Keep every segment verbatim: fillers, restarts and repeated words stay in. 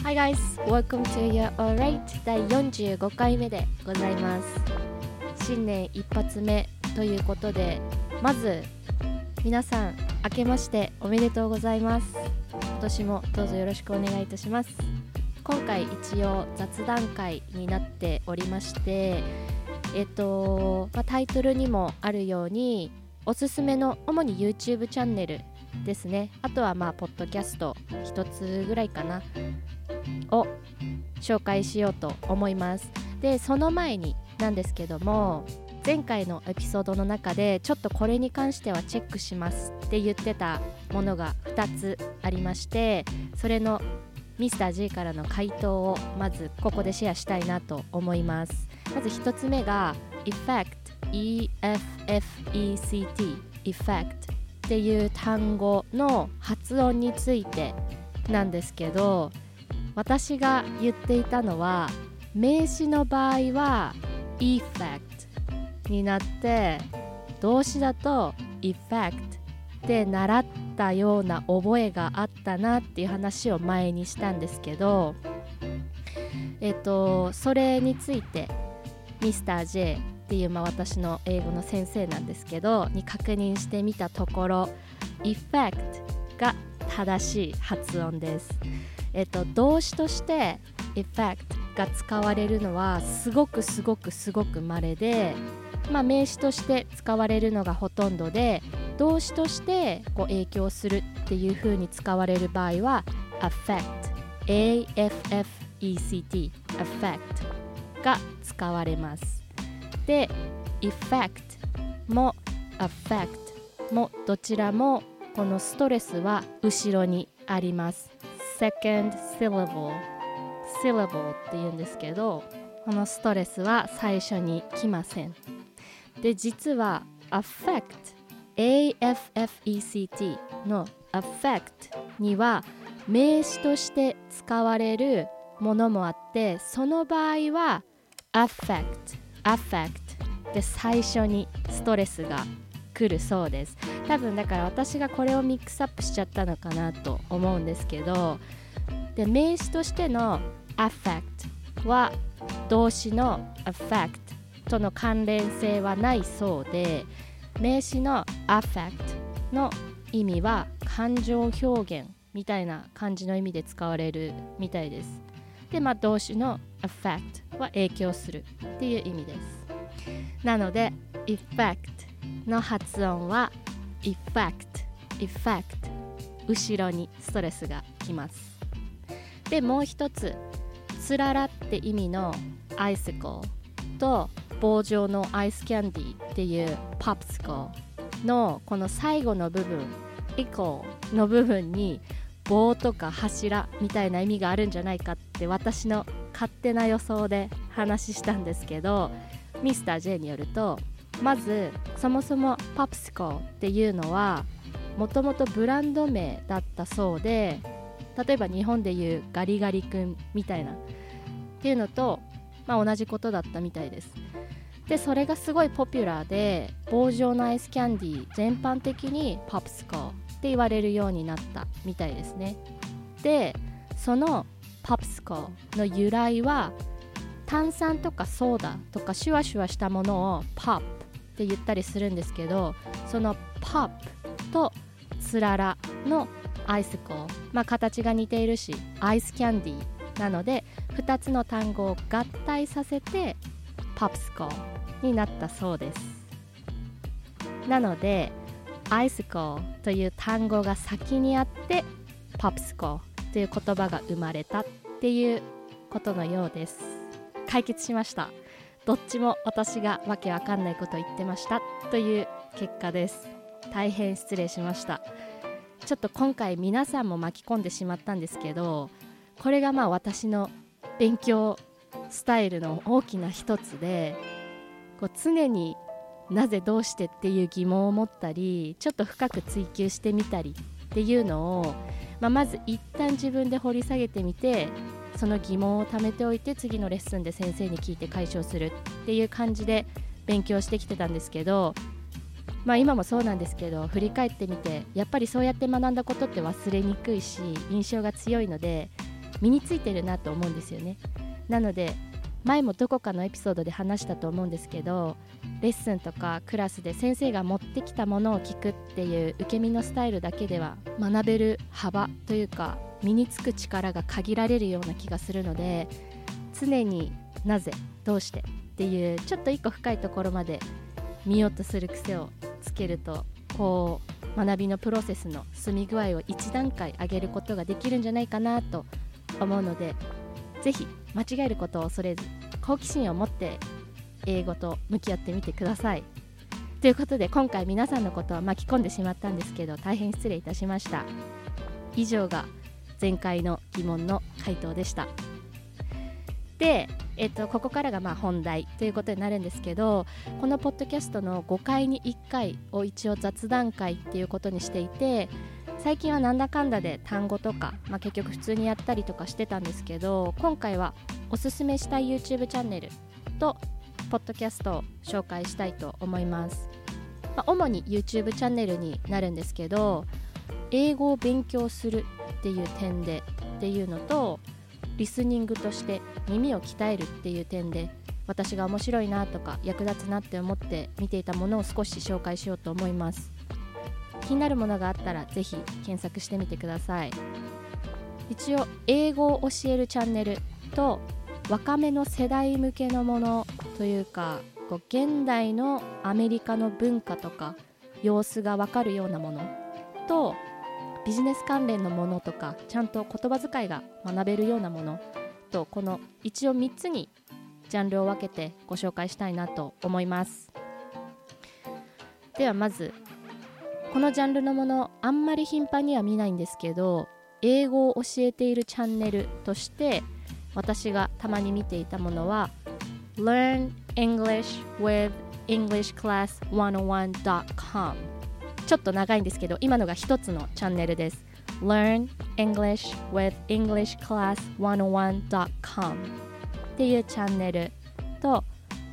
Hi guys, welcome to Your Alright だいよんじゅうごかいめでございます。新年一発目ということで、まず皆さん明けましておめでとうございます。今年もどうぞよろしくお願いいたします。今回一応雑談会になっておりまして、えっと、まあ、タイトルにもあるようにおすすめの主に YouTube チャンネルですね、あとはまあポッドキャスト一つぐらいかなを紹介しようと思います。で、その前になんですけども、前回のエピソードの中でちょっとこれに関してはチェックしますって言ってたものがふたつありまして、それのミスター J からの回答をまずここでシェアしたいなと思います。まずひとつめが Effect E F F E C T Effect っていう単語の発音についてなんですけど、私が言っていたのは名詞の場合は Effect になって、動詞だと Effect で習ったような覚えがあったなっていう話を前にしたんですけど、えっとそれについてミスター J っていう、まあ、私の英語の先生なんですけどに確認してみたところ、 Effect が正しい発音です。えっと動詞として Effect が使われるのはすごくすごくすごく稀で、まあ、名詞として使われるのがほとんどで、動詞としてこう影響するっていう風に使われる場合は affect A F F E C T affect が使われます。で effect も affect もどちらもこのストレスは後ろにあります。 second syllable syllable っていうんですけど、このストレスは最初に来ません。で、実は affect A F F E C T の affect には名詞として使われるものもあって、その場合は affect affect で最初にストレスが来るそうです。多分だから私がこれをミックスアップしちゃったのかなと思うんですけど、で名詞としての affect は動詞の affect との関連性はないそうで、名詞の affect の意味は感情表現みたいな感じの意味で使われるみたいです。で、まあ、動詞の affect は影響するっていう意味です。なので effect の発音は effect effect 後ろにストレスがきます。で、もう一つ、つららって意味の icicle と棒状のアイスキャンディーっていう popsicle のこの最後の部分 icle の部分に棒とか柱みたいな意味があるんじゃないかって私の勝手な予想で話したんですけど、ミスター J によると、まずそもそも popsicle っていうのはもともとブランド名だったそうで、例えば日本でいうガリガリ君みたいなっていうのと、まあ、同じことだったみたいです。で、それがすごいポピュラーで、棒状のアイスキャンディー全般的にポップスコーって言われるようになったみたいですね。で、そのポップスコーの由来は炭酸とかソーダとかシュワシュワしたものをポップって言ったりするんですけど、そのポップとつららのアイスコー、まあ形が似ているしアイスキャンディーなのでふたつの単語を合体させてポップスコーになったそうです。なのでアイスコーという単語が先にあってポップスコーという言葉が生まれたっていうことのようです。解決しました。どっちも私がわけわかんないことを言ってましたという結果です。大変失礼しました。ちょっと今回皆さんも巻き込んでしまったんですけど、これがまあ私の勉強スタイルの大きな一つで、こう常になぜどうしてっていう疑問を持ったり、ちょっと深く追求してみたりっていうのを、まあ、まず一旦自分で掘り下げてみて、その疑問を貯めておいて次のレッスンで先生に聞いて解消するっていう感じで勉強してきてたんですけど、まあ今もそうなんですけど、振り返ってみてやっぱりそうやって学んだことって忘れにくいし印象が強いので、 身についてるなと思うんですよね。なので前もどこかのエピソードで話したと思うんですけど、レッスンとかクラスで先生が持ってきたものを聞くっていう受け身のスタイルだけでは学べる幅というか身につく力が限られるような気がするので、常になぜどうしてっていうちょっと一個深いところまで見ようとする癖をつけると、こう学びのプロセスの進み具合を一段階上げることができるんじゃないかなと思うので、ぜひ間違えることを恐れず好奇心を持って英語と向き合ってみてください。ということで今回皆さんのことを巻き込んでしまったんですけど、大変失礼いたしました。以上が前回の疑問の回答でした。で、えっと、ここからがまあ本題ということになるんですけど、このポッドキャストのごかいにいっかいを一応雑談会っていうことにしていて、最近はなんだかんだで単語とか、まあ、結局普通にやったりとかしてたんですけど、今回はおすすめしたい YouTube チャンネルとポッドキャストを紹介したいと思います。まあ、主に YouTube チャンネルになるんですけど、英語を勉強するっていう点でっていうのと、リスニングとして耳を鍛えるっていう点で私が面白いなとか役立つなって思って見ていたものを少し紹介しようと思います。気になるものがあったらぜひ検索してみてください。一応英語を教えるチャンネルと若めの世代向けのものというか、こう現代のアメリカの文化とか様子がわかるようなものと、ビジネス関連のものとかちゃんと言葉遣いが学べるようなものと、この一応みっつにジャンルを分けてご紹介したいなと思います。ではまずこのジャンルのもの、あんまり頻繁には見ないんですけど、英語を教えているチャンネルとして私がたまに見ていたものは Learn English with English Class ひゃくいちドットコム、 ちょっと長いんですけど今のが一つのチャンネルです。 Learn English with English Class ひゃくいちドットコム っていうチャンネルと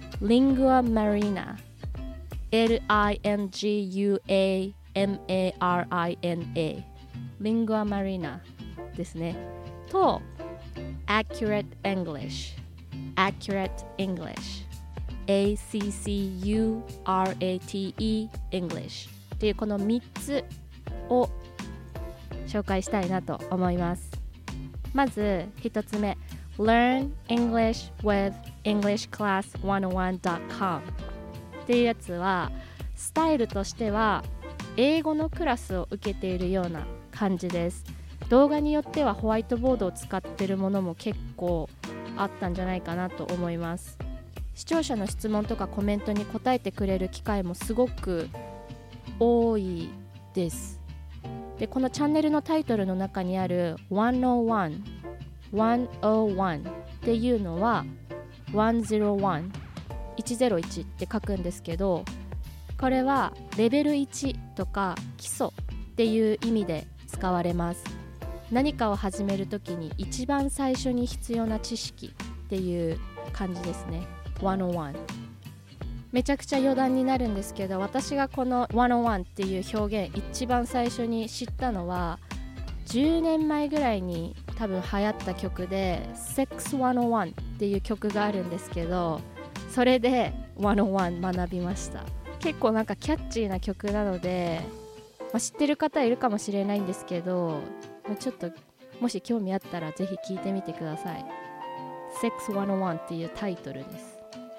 Lingua Marinaエルアイエヌジーユーエーエムエーアールアイエヌエー Lingua Marina ですねと Accurate English Accurate Englishエーシーシーユーアールエーティーイー English っていうこのみっつを紹介したいなと思います。まずひとつめ Learn English with English Class ひゃくいちドットコム っていうやつはスタイルとしては英語のクラスを受けているような感じです。動画によってはホワイトボードを使っているものも結構あったんじゃないかなと思います。視聴者の質問とかコメントに答えてくれる機会もすごく多いです。で、このチャンネルのタイトルの中にあるひゃくいち、ひゃくいちっていうのはひゃくいち、ひゃくいちって書くんですけど、これはレベルいちとか基礎っていう意味で使われます。何かを始めるときに一番最初に必要な知識っていう感じですね。ひゃくいちめちゃくちゃ余談になるんですけど、私がこのひゃくいちっていう表現一番最初に知ったのはじゅうねんまえぐらいに多分流行った曲で Sex ひゃくいちっていう曲があるんですけど、それでひゃくいち学びました。結構なんかキャッチーな曲なので、まあ、知ってる方いるかもしれないんですけど、ちょっともし興味あったらぜひ聞いてみてください。 Sex ひゃくいちっていうタイトルです。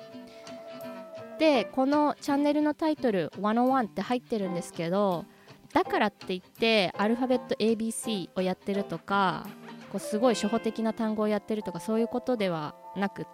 で、このチャンネルのタイトルひゃくいちって入ってるんですけど、だからって言ってアルファベット エービーシー をやってるとか、こうすごい初歩的な単語をやってるとかそういうことではなくって、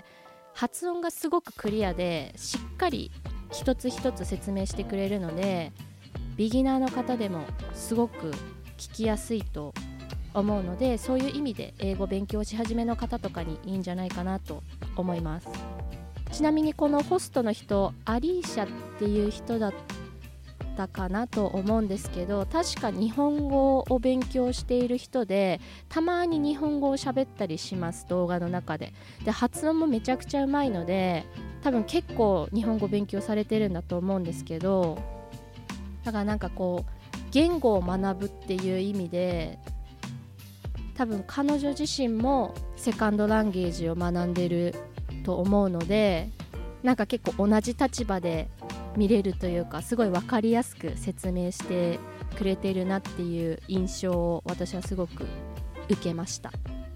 発音がすごくクリアでしっかり一つ一つ説明してくれるので、ビギナーの方でもすごく聞きやすいと思うので、そういう意味で英語勉強し始めの方とかにいいんじゃないかなと思います。ちなみにこのホストの人、アリーシャっていう人だったかなと思うんですけど、確か日本語を勉強している人で、たまに日本語を喋ったりします、動画の中で。で、発音もめちゃくちゃうまいので、多分結構日本語勉強されてるんだと思うんですけど、だからなんかこう言語を学ぶっていう意味で多分彼女自身もセカンドランゲージを学んでると思うので、なんか結構同じ立場で見れるというか、すごい分かりやすく説明してくれてるなっていう印象を私はすごく受けました。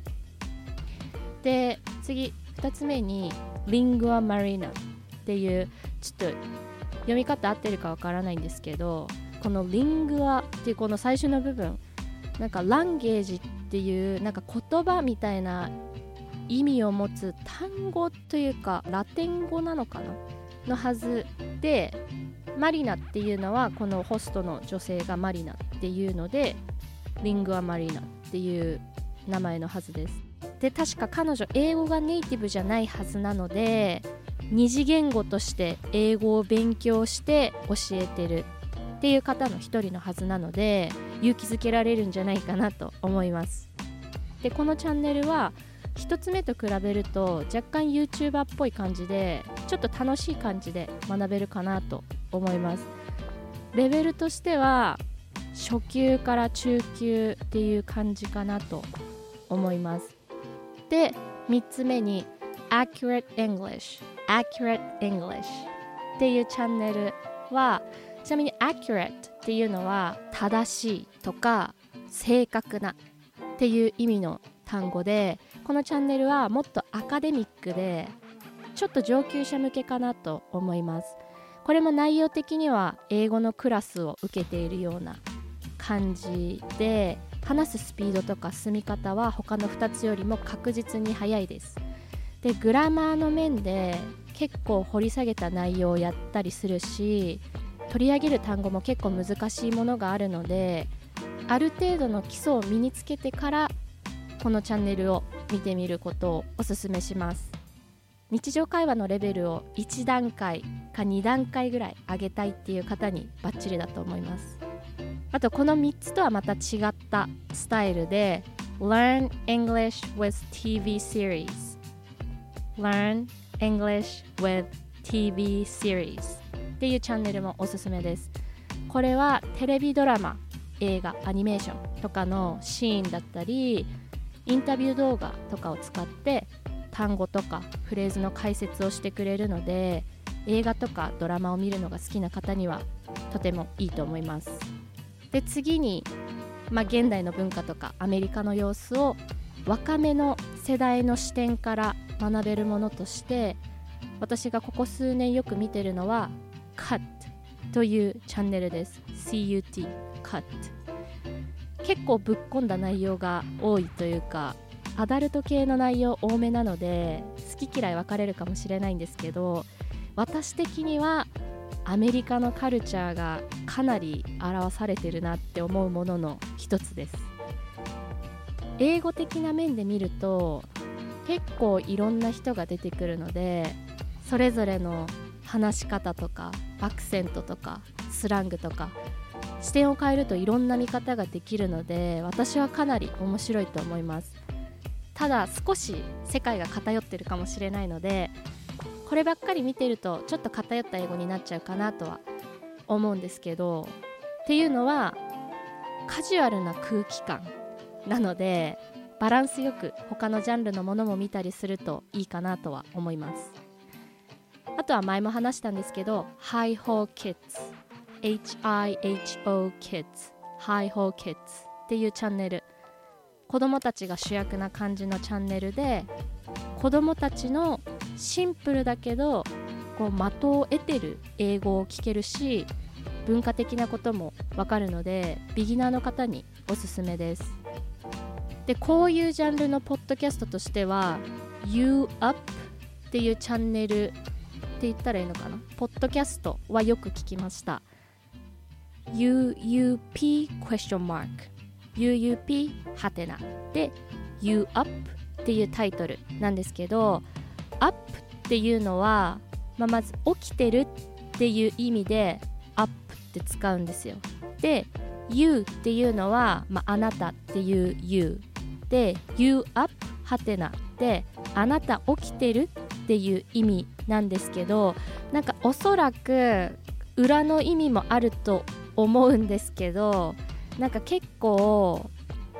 で、次ふたつめにリングアマリナっていう、ちょっと読み方合ってるかわからないんですけど、このリングアっていうこの最初の部分、なんかランゲージっていうなんか言葉みたいな意味を持つ単語というかラテン語なのかなのはずで、マリナっていうのはこのホストの女性がマリナっていうのでリングアマリナっていう名前のはずです。で、確か彼女英語がネイティブじゃないはずなので、二次言語として英語を勉強して教えてるっていう方の一人のはずなので、勇気づけられるんじゃないかなと思います。で、このチャンネルは一つ目と比べると若干 YouTuber っぽい感じで、ちょっと楽しい感じで学べるかなと思います。レベルとしては初級から中級っていう感じかなと思います。で、みっつめに Accurate English Accurate English っていうチャンネルは、ちなみに Accurate っていうのは正しいとか正確なっていう意味の単語で、このチャンネルはもっとアカデミックでちょっと上級者向けかなと思います。これも内容的には英語のクラスを受けているような感じで、話すスピードとか進み方は他のふたつよりも確実に速いです。で、グラマーの面で結構掘り下げた内容をやったりするし、取り上げる単語も結構難しいものがあるので、ある程度の基礎を身につけてからこのチャンネルを見てみることをおすすめします。日常会話のレベルをいちだんかいかにだんかいぐらい上げたいっていう方にバッチリだと思います。あとこのみっつとはまた違ったスタイルで Learn English with ティーブイ Series Learn English with ティーブイ Series っていうチャンネルもおすすめです。これはテレビドラマ、映画、アニメーションとかのシーンだったりインタビュー動画とかを使って単語とかフレーズの解説をしてくれるので、映画とかドラマを見るのが好きな方にはとてもいいと思います。で、次に、まあ、現代の文化とかアメリカの様子を若めの世代の視点から学べるものとして、私がここ数年よく見てるのは カット というチャンネルです。 カット カット。結構ぶっこんだ内容が多いというか、アダルト系の内容多めなので好き嫌い分かれるかもしれないんですけど、私的にはアメリカのカルチャーがかなり表されてるなって思うものの一つです。英語的な面で見ると結構いろんな人が出てくるので、それぞれの話し方とかアクセントとかスラングとか視点を変えるといろんな見方ができるので、私はかなり面白いと思います。ただ少し世界が偏ってるかもしれないので、こればっかり見てるとちょっと偏った英語になっちゃうかなとは思うんですけど、っていうのはカジュアルな空気感なので、バランスよく他のジャンルのものも見たりするといいかなとは思います。あとは前も話したんですけど、ハイホーキッズ エイチアイエイチオー Kids ハイホーキッズっていうチャンネル、子供たちが主役な感じのチャンネルで、子供たちのシンプルだけどこう的を得てる英語を聞けるし、文化的なこともわかるのでビギナーの方におすすめです。で、こういうジャンルのポッドキャストとしては You Up っていうチャンネルって言ったらいいのかな、ポッドキャストはよく聞きました。 ユーユーピー question markユーユーピー ハテナで You Up っていうタイトルなんですけど、 Up っていうのは、まあ、まず起きてるっていう意味で Up って使うんですよ。で You っていうのは、まあ、あなたっていう You で You Up ハテナであなた起きてるっていう意味なんですけど、なんかおそらく裏の意味もあると思うんですけど、なんか結構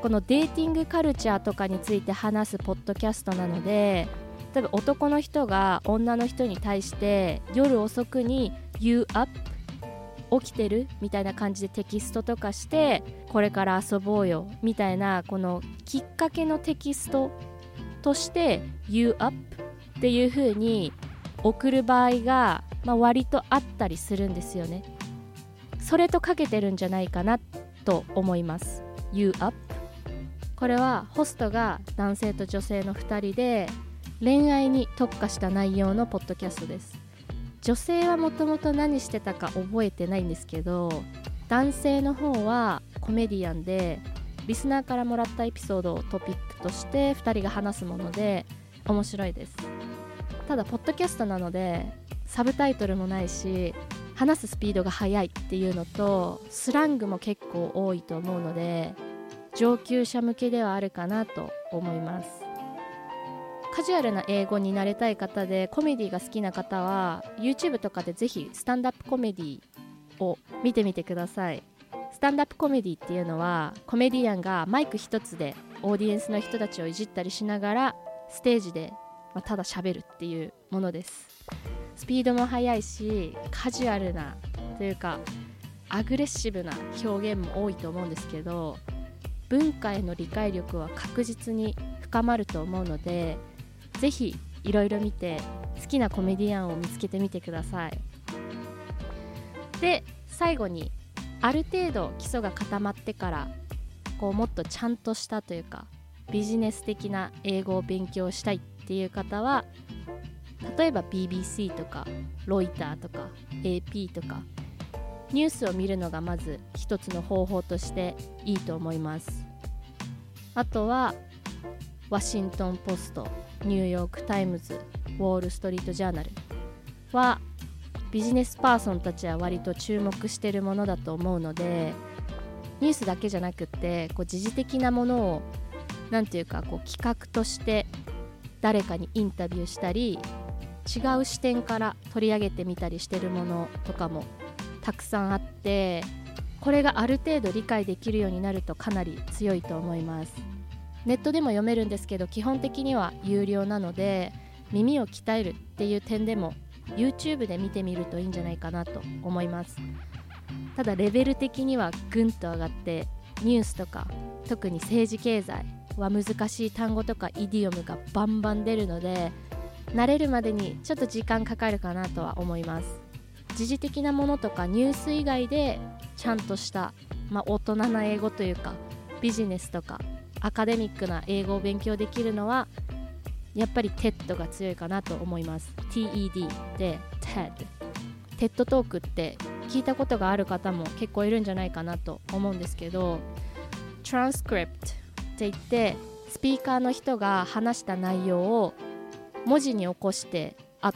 このデーティングカルチャーとかについて話すポッドキャストなので、例えば男の人が女の人に対して夜遅くに You up? 起きてるみたいな感じでテキストとかして、これから遊ぼうよみたいな、このきっかけのテキストとして You up? っていう風に送る場合が、まあ、割とあったりするんですよね。それとかけてるんじゃないかなと思います。 You up? これはホストが男性と女性のふたりで恋愛に特化した内容のポッドキャストです。女性はもともと何してたか覚えてないんですけど、男性の方はコメディアンで、リスナーからもらったエピソードをトピックとしてふたりが話すもので面白いです。ただポッドキャストなのでサブタイトルもないし、話すスピードが速いっていうのとスラングも結構多いと思うので、上級者向けではあるかなと思います。カジュアルな英語になれたい方でコメディが好きな方は YouTube とかでぜひスタンダップコメディを見てみてください。スタンダップコメディっていうのは、コメディアンがマイク一つでオーディエンスの人たちをいじったりしながらステージでまあただ喋るっていうものです。スピードも速いし、カジュアルなというかアグレッシブな表現も多いと思うんですけど、文化への理解力は確実に深まると思うので、ぜひいろいろ見て好きなコメディアンを見つけてみてください。で、最後にある程度基礎が固まってからこうもっとちゃんとしたというかビジネス的な英語を勉強したいっていう方は、例えば ビービーシー とかロイターとか エーピー とかニュースを見るのがまず一つの方法としていいと思います。あとはワシントンポスト、ニューヨークタイムズ、ウォールストリートジャーナルはビジネスパーソンたちは割と注目しているものだと思うので、ニュースだけじゃなくってこう時事的なものをなんていうかこう企画として誰かにインタビューしたり、違う視点から取り上げてみたりしてるものとかもたくさんあって、これがある程度理解できるようになるとかなり強いと思います。ネットでも読めるんですけど、基本的には有料なので、耳を鍛えるっていう点でも YouTube で見てみるといいんじゃないかなと思います。ただレベル的にはぐんと上がって、ニュースとか特に政治経済は難しい単語とかイディオムがバンバン出るので、慣れるまでにちょっと時間かかるかなとは思います。時事的なものとかニュース以外でちゃんとした、まあ、大人な英語というかビジネスとかアカデミックな英語を勉強できるのはやっぱり テッド が強いかなと思います。 ティーイーディー で テッド テッド トークって聞いたことがある方も結構いるんじゃないかなと思うんですけど、トランスクリプトって言ってスピーカーの人が話した内容を文字に起こしてあって、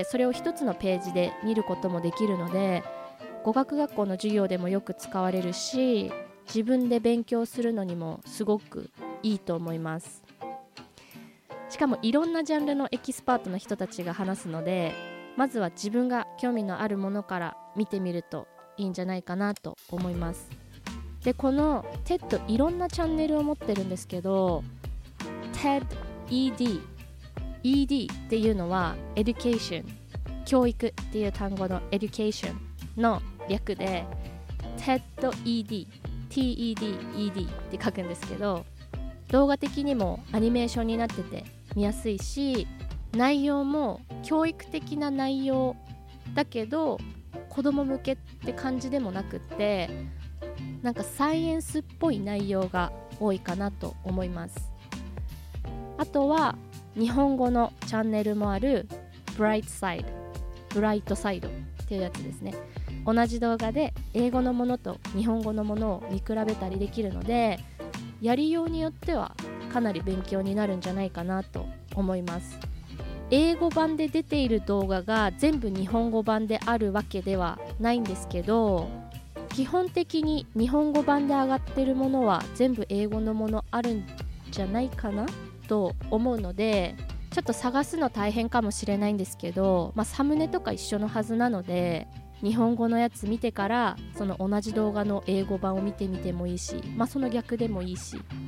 それを一つのページで見ることもできるので、語学学校の授業でもよく使われるし、自分で勉強するのにもすごくいいと思います。しかもいろんなジャンルのエキスパートの人たちが話すので、まずは自分が興味のあるものから見てみるといいんじゃないかなと思います。で、この テッド いろんなチャンネルを持ってるんですけど、 テッド イーディー イーディー っていうのは Education 教育っていう単語の Education の略で テッド イーディー ティーイーディー イーディー って書くんですけど、動画的にもアニメーションになってて見やすいし、内容も教育的な内容だけど子供向けって感じでもなくって、なんかサイエンスっぽい内容が多いかなと思います。あとは日本語のチャンネルもあるブライトサイドブライトサイドっていうやつですね。同じ動画で英語のものと日本語のものを見比べたりできるので、やりようによってはかなり勉強になるんじゃないかなと思います。英語版で出ている動画が全部日本語版であるわけではないんですけど、基本的に日本語版で上がってるものは全部英語のものあるんじゃないかなと思うので、ちょっと探すの大変かもしれないんですけど、まあ、サムネとか一緒のはずなので、日本語のやつ見てからその同じ動画の英語版を見てみてもいいし、まあ、その逆でもいいし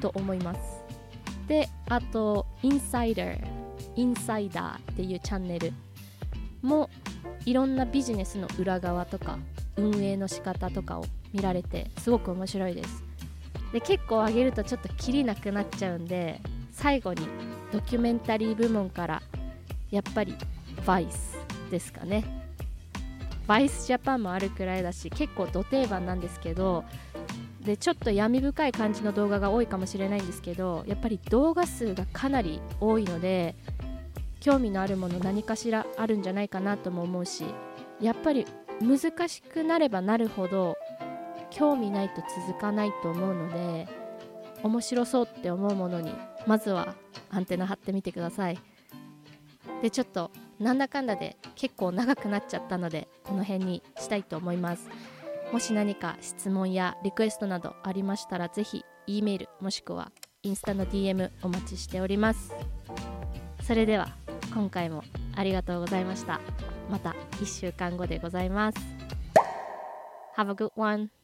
と思います。で、あとインサイダーインサイダーっていうチャンネルもいろんなビジネスの裏側とか運営の仕方とかを見られてすごく面白いです。で、結構上げるとちょっとキリなくなっちゃうんで、最後にドキュメンタリー部門からやっぱりバイスですかね。バイスジャパンもあるくらいだし、結構ド定番なんですけど、でちょっと闇深い感じの動画が多いかもしれないんですけど、やっぱり動画数がかなり多いので興味のあるもの何かしらあるんじゃないかなとも思うし、やっぱり難しくなればなるほど興味ないと続かないと思うので、面白そうって思うものにまずはアンテナ張ってみてください。で、ちょっとなんだかんだで結構長くなっちゃったのでこの辺にしたいと思います。もし何か質問やリクエストなどありましたら、ぜひ E メールもしくはインスタの ディーエム お待ちしております。それでは今回もありがとうございました。またいっしゅうかんごでございます。Have a good one.